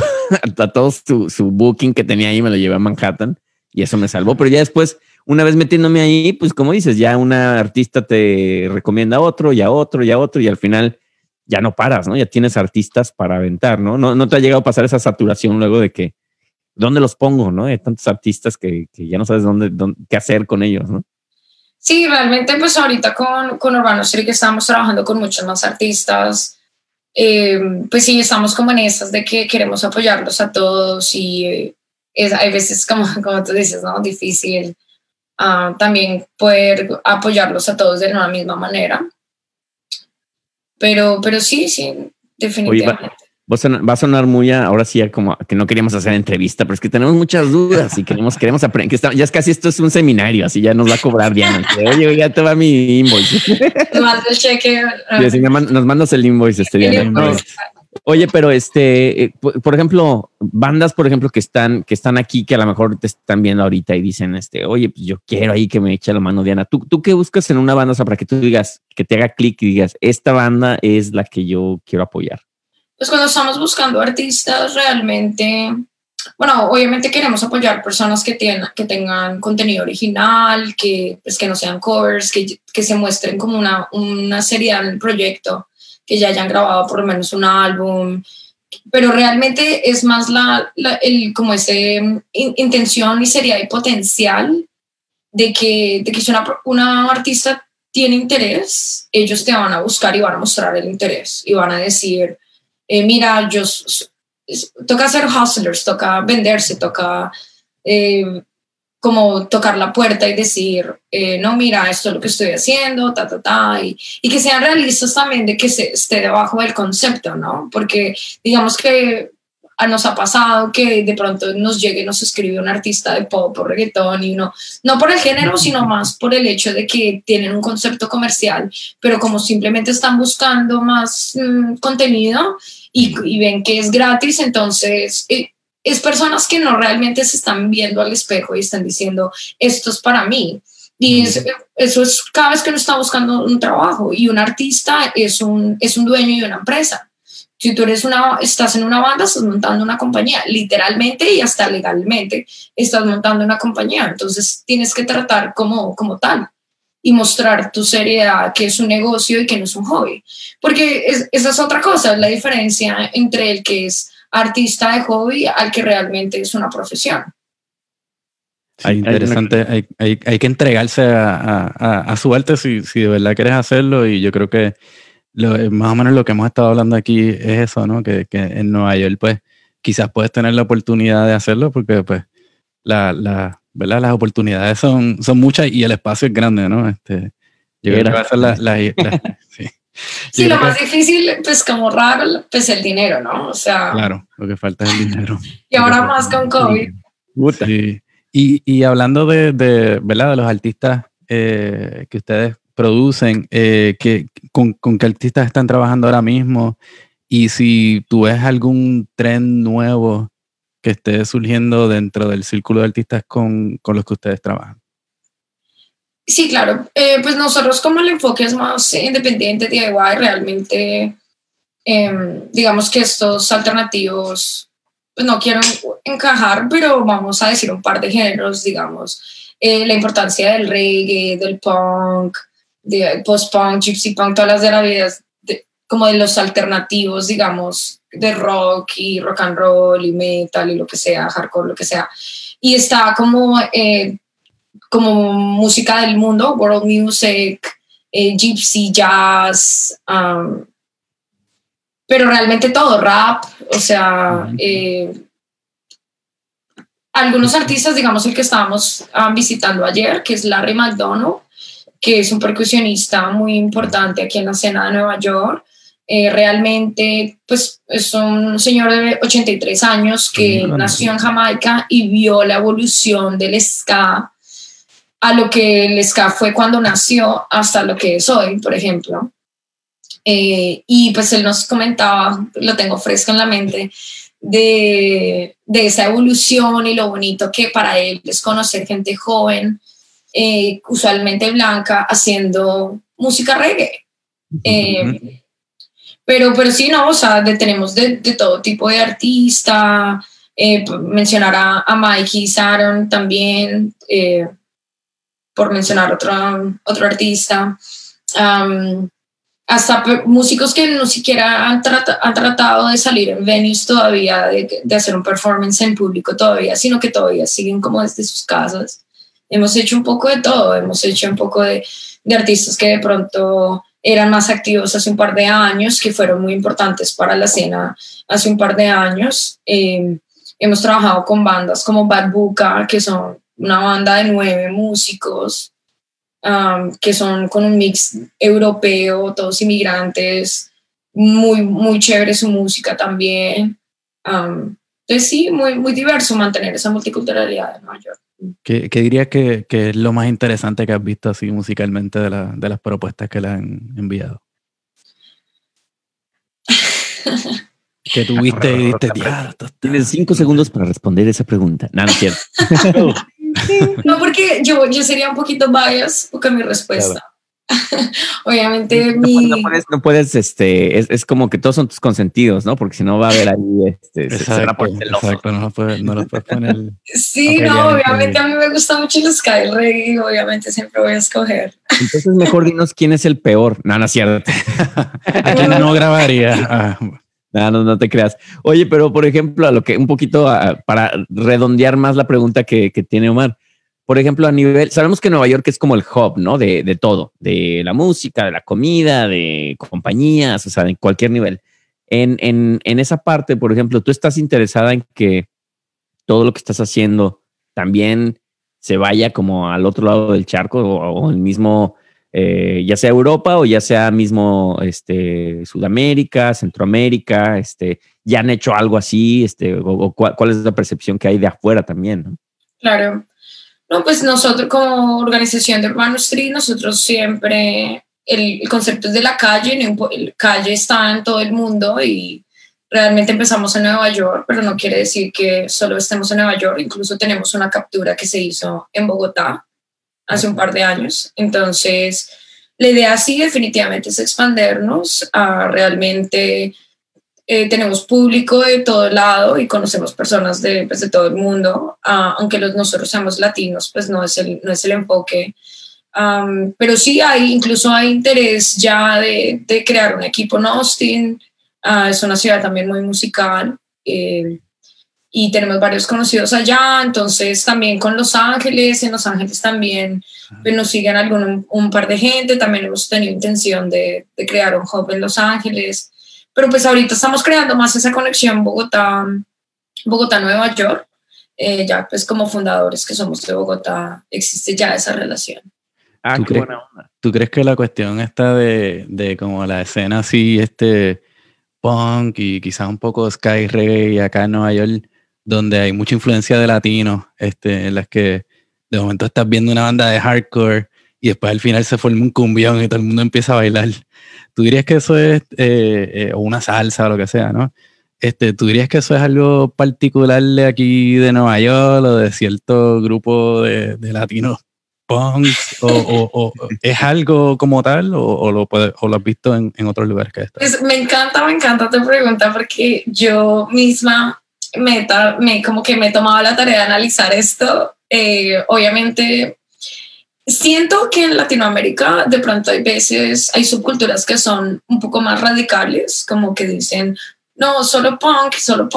booking que tenía ahí, me lo llevé a Manhattan y eso me salvó. Pero ya después, una vez metiéndome ahí, pues como dices, ya una artista te recomienda a otro y a otro y a otro y al final ya no paras, ¿no? Ya tienes artistas para aventar, ¿no? No te ha llegado a pasar esa saturación luego de que ¿dónde los pongo, no? Hay tantos artistas que ya no sabes qué hacer con ellos, ¿no? Sí, realmente pues ahorita con Urbano Street que estamos trabajando con muchos más artistas, pues sí, estamos como en esas de que queremos apoyarlos a todos y hay veces como tú dices, ¿no? Difícil también poder apoyarlos a todos de una misma manera. Pero sí, definitivamente. Oye, va a sonar muy ahora sí como que no queríamos hacer entrevista, pero es que tenemos muchas dudas y queremos aprender. Ya es casi esto es un seminario, así ya nos va a cobrar Diana. Oye, ya te va mi invoice. Nos mandas el cheque. Sí, nos mandas el invoice, Diana. No. Oye, pero por ejemplo, bandas, por ejemplo, que están aquí, que a lo mejor te están viendo ahorita y dicen, oye, pues yo quiero ahí que me eche la mano Diana. ¿Tú qué buscas en una banda? O sea, para que tú digas, que te haga clic y digas, esta banda es la que yo quiero apoyar. Pues cuando estamos buscando artistas realmente, bueno, obviamente queremos apoyar personas que tengan contenido original, que no sean covers, que se muestren como una seriedad en el proyecto, que ya hayan grabado por lo menos un álbum, pero realmente es más como ese intención y seriedad y potencial de que si una artista tiene interés, ellos te van a buscar y van a mostrar el interés y van a decir, mira, toca ser hustlers, toca venderse, toca como tocar la puerta y decir, no, mira, esto es lo que estoy haciendo, y que sean realistas también de que esté debajo del concepto, ¿no? Porque digamos que nos ha pasado que de pronto nos llegue y nos escribe un artista de pop o reggaetón y no por el género, sino más por el hecho de que tienen un concepto comercial, pero como simplemente están buscando más contenido y ven que es gratis, entonces es personas que no realmente se están viendo al espejo y están diciendo, esto es para mí. Y eso es cada vez que uno está buscando un trabajo, y un artista es un dueño de una empresa. Si tú estás en una banda, estás montando una compañía, literalmente y hasta legalmente estás montando una compañía, entonces tienes que tratar como tal. y mostrar tu seriedad, que es un negocio y que no es un hobby. Porque esa es otra cosa, la diferencia entre el que es artista de hobby al que realmente es una profesión. Sí, interesante, hay que entregarse a su arte si de verdad quieres hacerlo, y yo creo que más o menos lo que hemos estado hablando aquí es eso, ¿no? Que en Nueva York pues quizás puedes tener la oportunidad de hacerlo porque pues ¿verdad? Las oportunidades son muchas y el espacio es grande, ¿no? Yo creo que va a ser sí. Sí, lo más difícil, pues como raro, pues el dinero, ¿no? O sea... Claro, lo que falta es el dinero. Y ahora más con COVID. Sí. Y hablando de ¿verdad? De los artistas que ustedes producen, ¿con qué artistas están trabajando ahora mismo? Y si tú ves algún trend nuevo que esté surgiendo dentro del círculo de artistas con los que ustedes trabajan. Sí, claro. Pues nosotros como el enfoque es más independiente, DIY, realmente digamos que estos alternativos, pues no quiero encajar, pero vamos a decir un par de géneros, digamos, la importancia del reggae, del punk, de post-punk, gypsy punk, todas las de la vida, como de los alternativos, digamos, de rock y rock and roll y metal y lo que sea, hardcore, lo que sea. Y está como música del mundo, world music, gypsy, jazz, pero realmente todo, rap, o sea, algunos artistas, digamos el que estábamos visitando ayer, que es Larry McDonald, que es un percusionista muy importante aquí en la escena de Nueva York. Realmente pues es un señor de 83 años que nació en Jamaica y vio la evolución del ska a lo que el ska fue cuando nació hasta lo que es hoy, por ejemplo. Y pues él nos comentaba, lo tengo fresco en la mente, de esa evolución y lo bonito que para él es conocer gente joven, usualmente blanca, haciendo música reggae. Pero sí, no, o sea, tenemos de todo tipo de artista, mencionar a Mikey Saron también, por mencionar otro artista, hasta músicos que no siquiera han tratado de salir en venues todavía, de hacer un performance en público todavía, sino que todavía siguen como desde sus casas. Hemos hecho un poco de todo, hemos hecho un poco de artistas que de pronto eran más activos hace un par de años, que fueron muy importantes para la escena hace un par de años. Hemos trabajado con bandas como Bad Buka, que son una banda de 9 músicos, que son con un mix europeo, todos inmigrantes, muy, muy chévere su música también. Entonces sí, muy, muy diverso mantener esa multiculturalidad en Nueva York. ¿Qué dirías que es lo más interesante que has visto así musicalmente de las propuestas que le han enviado? Que tuviste y diste, tienes 5 segundos para responder esa pregunta. No, no es cierto. No, porque yo sería un poquito biased con mi respuesta. Claro. Obviamente no puedes es como que todos son tus consentidos, ¿no? Porque si no va a haber ahí exacto, no lo puedes poner. Sí, no, obviamente a mí me gusta mucho el ska, el reggae, obviamente siempre voy a escoger. Entonces mejor dinos quién es el peor. No, no es cierto. ¿A quién no grabaría? No te creas. Oye, pero por ejemplo, a lo que un poquito para redondear más la pregunta que tiene Omar. Por ejemplo, a nivel, sabemos que Nueva York es como el hub, ¿no? De todo, de la música, de la comida, de compañías, o sea, en cualquier nivel. En esa parte, por ejemplo, ¿tú estás interesada en que todo lo que estás haciendo también se vaya como al otro lado del charco o el mismo, ya sea Europa o ya sea mismo Sudamérica, Centroamérica, ya han hecho algo así, cuál es la percepción que hay de afuera también, ¿no? Claro. No, pues nosotros como organización de Urbano Street, nosotros siempre, el concepto es de la calle, la calle está en todo el mundo y realmente empezamos en Nueva York, pero no quiere decir que solo estemos en Nueva York, incluso tenemos una captura que se hizo en Bogotá hace un par de años, entonces la idea sí definitivamente es expandernos a realmente... tenemos público de todo lado y conocemos personas de todo el mundo, aunque nosotros seamos latinos, pues no es el enfoque. Pero sí, incluso hay interés ya de crear un equipo en Austin. Es una ciudad también muy musical. Y tenemos varios conocidos allá, entonces también con Los Ángeles, en Los Ángeles también pues nos siguen un par de gente, también hemos tenido intención de crear un hub en Los Ángeles, pero pues ahorita estamos creando más esa conexión Bogotá-Nueva York, ya pues como fundadores que somos de Bogotá existe ya esa relación. ¿Tú crees que la cuestión está de como la escena así, punk y quizás un poco sky reggae acá en Nueva York, donde hay mucha influencia de latinos, en las que de momento estás viendo una banda de hardcore y después al final se forma un cumbión y todo el mundo empieza a bailar? ¿Tú dirías que eso es, o una salsa o lo que sea, ¿no? ¿Tú dirías que eso es algo particular de aquí de Nueva York o de cierto grupo de latinos punk? ¿O es algo como tal o lo has visto en otros lugares que estás? Pues me encanta tu pregunta, porque yo misma como que me he tomado la tarea de analizar esto. Obviamente siento que en Latinoamérica de pronto hay subculturas que son un poco más radicales, como que dicen no, solo punk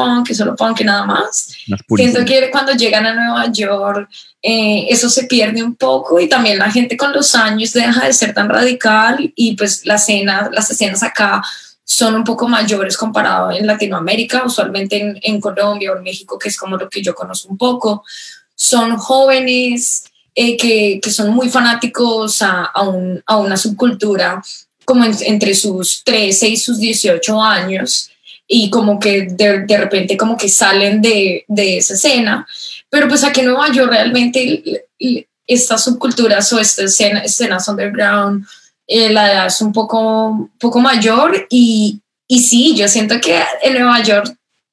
y nada más. Siento que cuando llegan a Nueva York eso se pierde un poco, y también la gente con los años deja de ser tan radical, y pues las escenas acá son un poco mayores comparado en Latinoamérica. Usualmente en Colombia o en México, que es como lo que yo conozco un poco, son jóvenes que son muy fanáticos a una subcultura como entre sus 13 y sus 18 años, y como que de repente como que salen de esa escena. Pero pues aquí en Nueva York realmente estas subculturas o estas escenas underground, la edad es un poco mayor, y sí, yo siento que en Nueva York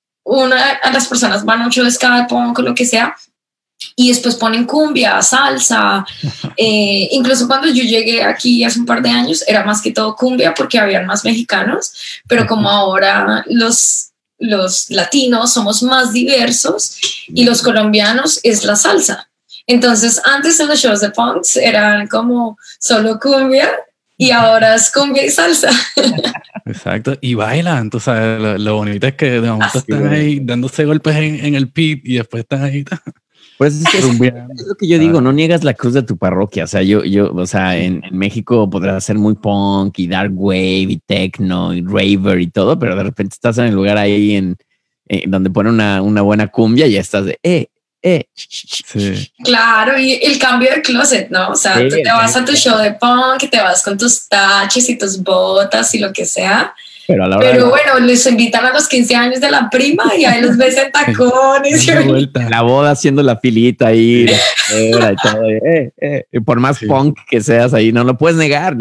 a las personas van mucho de ska, punk o lo que sea, y después ponen cumbia, salsa. Incluso cuando yo llegué aquí hace un par de años era más que todo cumbia porque habían más mexicanos, pero como ahora los latinos somos más diversos y los colombianos es la salsa. Entonces antes en los shows de punks eran como solo cumbia, y ahora es cumbia y salsa. Exacto, y bailan, tú sabes, lo bonito es que de momento están ahí dándose golpes en el pit y después están ahí. Pues es lo que yo digo, no niegas la cruz de tu parroquia. O sea, o sea, en México podrás ser muy punk y dark wave y techno y raver y todo, pero de repente estás en el lugar ahí donde ponen una buena cumbia y ya estás de Sí. Claro, y el cambio de closet, ¿no? O sea, tú te vas a tu show de punk, te vas con tus taches y tus botas y lo que sea. Pero bueno, les invitan a los 15 años de la prima y ahí los ves en tacones. La boda haciendo la filita ahí. Y todo, por más punk que seas ahí, no lo puedes negar.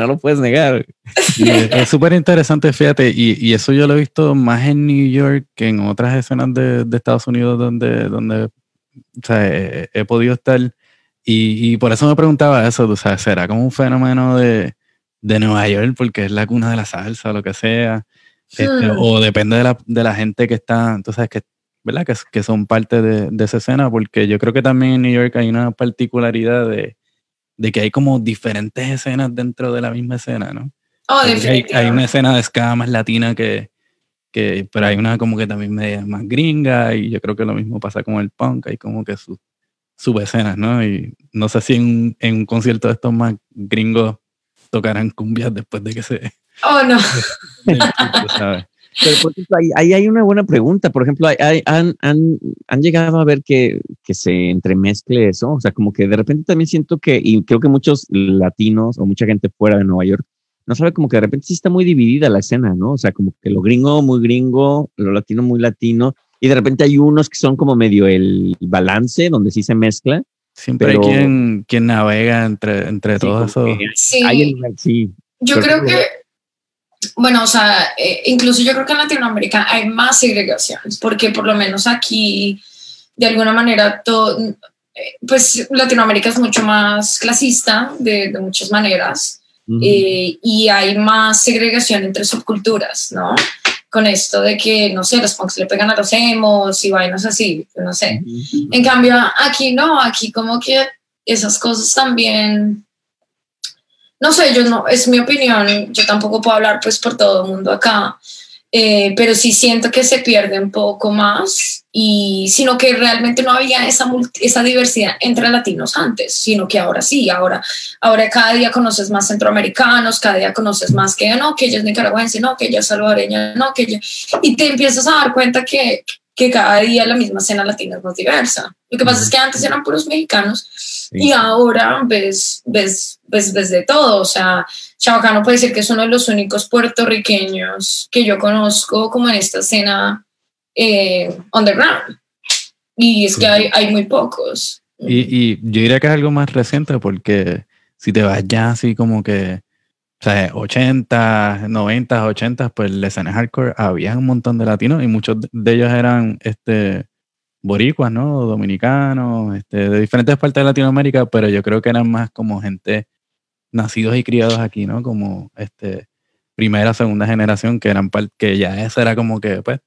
Es súper interesante, fíjate, y eso yo lo he visto más en New York que en otras escenas de Estados Unidos donde o sea, he podido estar, y por eso me preguntaba eso, o sea, ¿será como un fenómeno de Nueva York porque es la cuna de la salsa o lo que sea? O depende de la gente que está, entonces, ¿verdad? Que son parte de esa escena, porque yo creo que también en New York hay una particularidad de que hay como diferentes escenas dentro de la misma escena, ¿no? Hay una escena de ska más latina pero hay una como que también media más gringa, y yo creo que lo mismo pasa con el punk, hay como que sus subescenas, ¿no? Y no sé si en un concierto de estos más gringos tocarán cumbias después de que se... Oh, no. ¿Sabes? Pero por ejemplo, ahí hay una buena pregunta. Por ejemplo, han llegado a ver que se entremezcle eso. O sea, como que de repente también siento y creo que muchos latinos o mucha gente fuera de Nueva York no sabe, como que de repente sí está muy dividida la escena, ¿no? O sea, como que lo gringo muy gringo, lo latino muy latino, y de repente hay unos que son como medio el balance, donde sí se mezcla. Siempre hay quien navega entre todo eso. Sí. Yo creo que, bueno, o sea, incluso yo creo que en Latinoamérica hay más segregaciones, porque por lo menos aquí, de alguna manera, pues Latinoamérica es mucho más clasista de muchas maneras. Y hay más segregación entre subculturas, ¿no? Con esto de que, no sé, los punks le pegan a los emos y vainas así, no sé. En cambio, aquí no, aquí como que esas cosas también no sé, yo no, es mi opinión, yo tampoco puedo hablar pues por todo el mundo acá, pero sí siento que se pierde un poco más, y sino que realmente no había esa diversidad entre latinos antes, sino que ahora sí, ahora cada día conoces más centroamericanos, cada día conoces más que no, que ella es nicaragüense, no, que ella es salvadoreña, no, que ella, y te empiezas a dar cuenta que cada día la misma escena latina es más diversa. Lo que pasa es que antes eran puros mexicanos, sí, y ahora ves de todo. O sea, Chabacano puede decir que es uno de los únicos puertorriqueños que yo conozco como en esta escena underground. Y es que hay muy pocos. Y yo diría que es algo más reciente, porque si te vas ya así como que, o sea, 80, 90, 80, pues la escena hardcore había un montón de latinos y muchos de ellos eran boricuas, ¿no? Dominicanos, de diferentes partes de Latinoamérica, pero yo creo que eran más como gente nacidos y criados aquí, ¿no? Como primera, segunda generación, que eran que ya esa era como que, pues,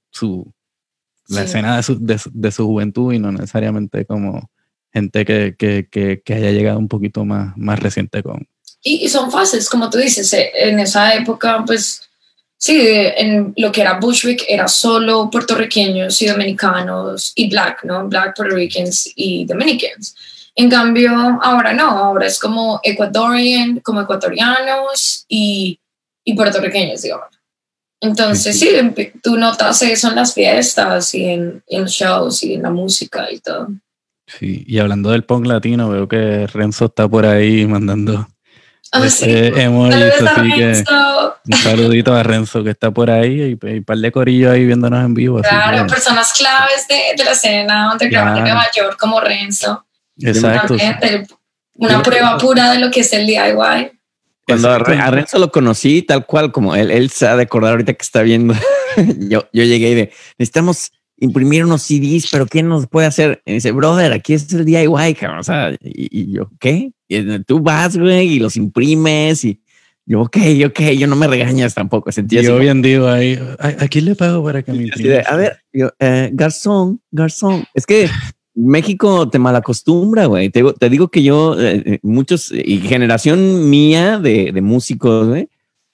la escena de su juventud, y no necesariamente como gente que haya llegado un poquito más reciente con... Y son fases, como tú dices, en esa época, pues, sí, en lo que era Bushwick era solo puertorriqueños y dominicanos y black, ¿no? Black, Puerto Ricans y Dominicans. En cambio, ahora no, ahora es como como ecuatorianos y puertorriqueños, digamos. Entonces, sí, tú notas eso en las fiestas y en los shows y en la música y todo. Sí, y hablando del punk latino, veo que Renzo está por ahí mandando... sí. Emojis, así que un saludito a Renzo, que está por ahí, y un par de corillos ahí viéndonos en vivo. Claro, así que, personas claves de la escena underground de Nueva York, como Renzo. Exacto. Una prueba pura de lo que es el DIY. Cuando a Renzo lo conocí, tal cual, como él se ha de acordar ahorita que está viendo. yo llegué y necesitamos imprimir unos CDs, pero ¿quién nos puede hacer? Y dice, brother, aquí es el DIY, cabrón. O sea, y yo, ¿qué? Y tú vas, güey, y los imprimes, y yo, ok, yo no me regañas tampoco. Sentí yo bien digo ahí, ¿a quién le pago para que me imprime? A ver, yo, garzón. Es que México te malacostumbra, güey. Te digo que yo, muchos, y generación mía de músicos, güey,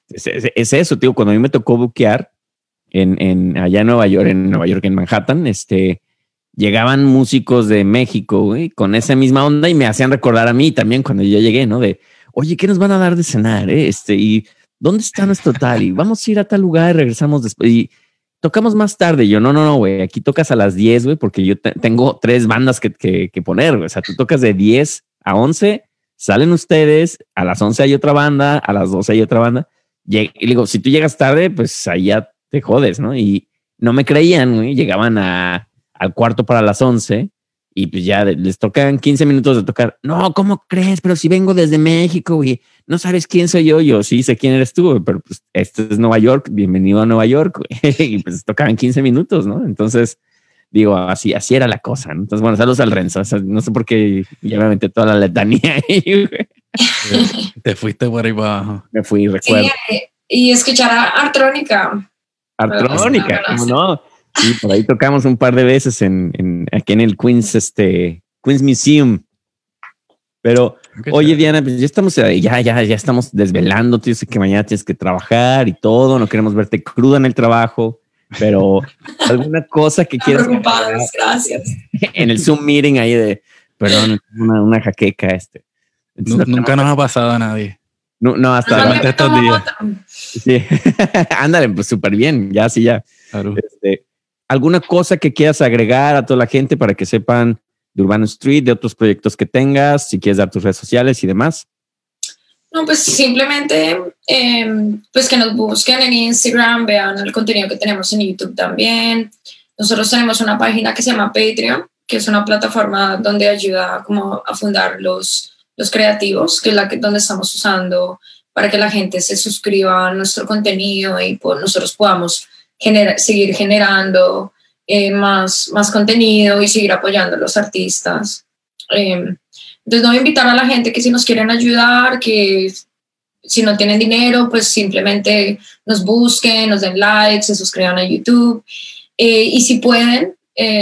es eso, tío. Cuando a mí me tocó buquear allá en Nueva York, en Manhattan, llegaban músicos de México, güey, con esa misma onda, y me hacían recordar a mí también cuando yo llegué, ¿no? De, oye, ¿qué nos van a dar de cenar? Y ¿dónde está nuestro tal? Y vamos a ir a tal lugar y regresamos después. Y tocamos más tarde. Y yo, no, güey, aquí tocas a las 10, güey, porque yo tengo 3 bandas que poner, güey. O sea, tú tocas de 10 a 11, salen ustedes, a las 11 hay otra banda, a las 12 hay otra banda. Y digo, si tú llegas tarde, pues ahí ya te jodes, ¿no? Y no me creían, güey, llegaban al cuarto para las 11 y pues ya les tocan 15 minutos de tocar. No, ¿cómo crees? Pero si vengo desde México, güey, no sabes quién soy yo. Yo sí sé quién eres tú, güey, pero pues esto es Nueva York, bienvenido a Nueva York, güey. Y pues tocaban 15 minutos, ¿no? Entonces, digo, así era la cosa, ¿no? Entonces, bueno, saludos al Renzo. O sea, no sé por qué ya me aventé toda la letanía ahí, güey. Te fuiste por ahí para abajo. Me fui, recuerdo. Sí, y escuchar a Artrónica. Artrónica, ¿cómo no? Sí, por ahí tocamos un par de veces aquí en el Queens Museum. Pero, oye, Diana, pues ya estamos desvelando. Tú dices que mañana tienes que trabajar y todo. No queremos verte cruda en el trabajo, pero alguna cosa que quieras. Preocupados, gracias. En el Zoom meeting ahí perdón, una jaqueca. Nunca nos ha pasado a nadie. No, hasta estos días. Sí. Ándale, pues súper bien. Ya, sí, ya. Claro. ¿Alguna cosa que quieras agregar a toda la gente para que sepan de Urbano Street, de otros proyectos que tengas, si quieres dar tus redes sociales y demás? No, pues simplemente pues que nos busquen en Instagram, vean el contenido que tenemos en YouTube también. Nosotros tenemos una página que se llama Patreon, que es una plataforma donde ayuda como a fundar los creativos, que es donde estamos usando para que la gente se suscriba a nuestro contenido y nosotros podamos seguir generando más contenido y seguir apoyando a los artistas. Entonces, no voy a invitar a la gente que si nos quieren ayudar, que si no tienen dinero, pues simplemente nos busquen, nos den likes, se suscriban a YouTube. Y si pueden,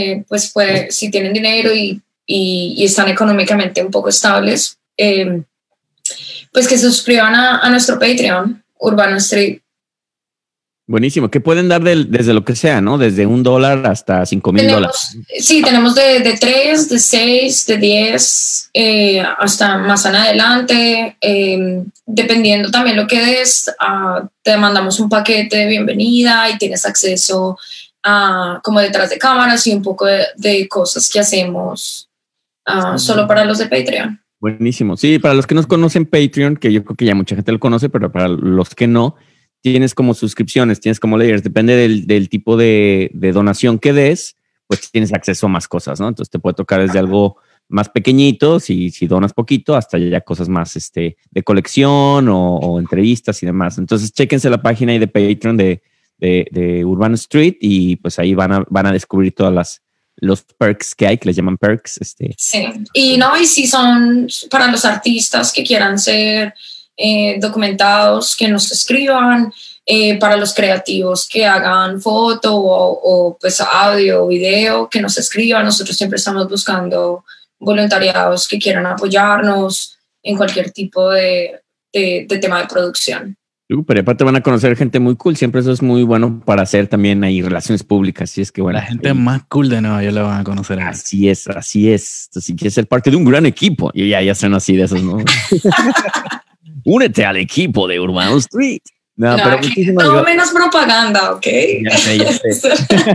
si tienen dinero y están económicamente un poco estables, pues que se suscriban a nuestro Patreon, Urbano Street. Buenísimo. ¿Qué pueden dar desde lo que sea, no? Desde $1 hasta $5,000. Sí, tenemos de 3, de 6, de 10, hasta más adelante. Dependiendo también lo que des, te mandamos un paquete de bienvenida y tienes acceso a como detrás de cámaras y un poco de cosas que hacemos solo para los de Patreon. Buenísimo. Sí, para los que no conocen Patreon, que yo creo que ya mucha gente lo conoce, pero para los que no, tienes como suscripciones, tienes como layers, depende del tipo de donación que des, pues tienes acceso a más cosas, ¿no? Entonces te puede tocar desde algo más pequeñito, si donas poquito, hasta ya cosas más de colección o entrevistas y demás. Entonces chéquense la página ahí de Patreon de Urbano Street y pues ahí van a descubrir todas los perks que hay, que les llaman perks. Sí, y si son para los artistas que quieran ser documentados, que nos escriban, para los creativos que hagan foto o pues audio o video, que nos escriban. Nosotros siempre estamos buscando voluntariados que quieran apoyarnos en cualquier tipo de tema de producción. Pero aparte van a conocer gente muy cool, siempre eso es muy bueno para hacer también ahí relaciones públicas, así es que bueno. La gente más cool de Nueva York la van a conocer. Así es. Entonces, si quieres ser parte de un gran equipo, y ya son así de esos, ¿no? Únete al equipo de Urbano Street. No, pero muchísimas gracias. Menos propaganda, ¿ok? Ya sé.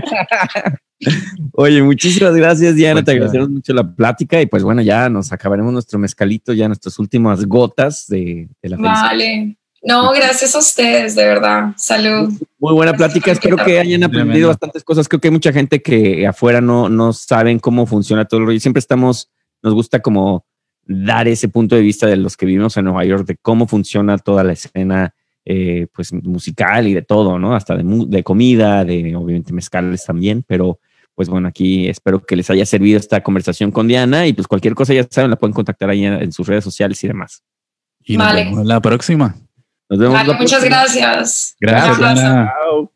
Oye, muchísimas gracias, Diana. Te agradecemos mucho la plática y pues bueno, ya nos acabaremos nuestro mezcalito, ya nuestras últimas gotas de la felicidad. Vale. No, gracias a ustedes, de verdad. Salud. Muy buena plática. Espero que hayan aprendido bastantes cosas. Creo que hay mucha gente que afuera no saben cómo funciona todo el rollo. Siempre nos gusta como dar ese punto de vista de los que vivimos en Nueva York, de cómo funciona toda la escena pues musical y de todo, ¿no? Hasta de comida, de obviamente mezcales también, pero pues bueno, aquí espero que les haya servido esta conversación con Diana y pues cualquier cosa ya saben, la pueden contactar ahí en sus redes sociales y demás. Y nos vemos la próxima. Nos vemos. Muchas gracias. Gracias, Diana. Chao.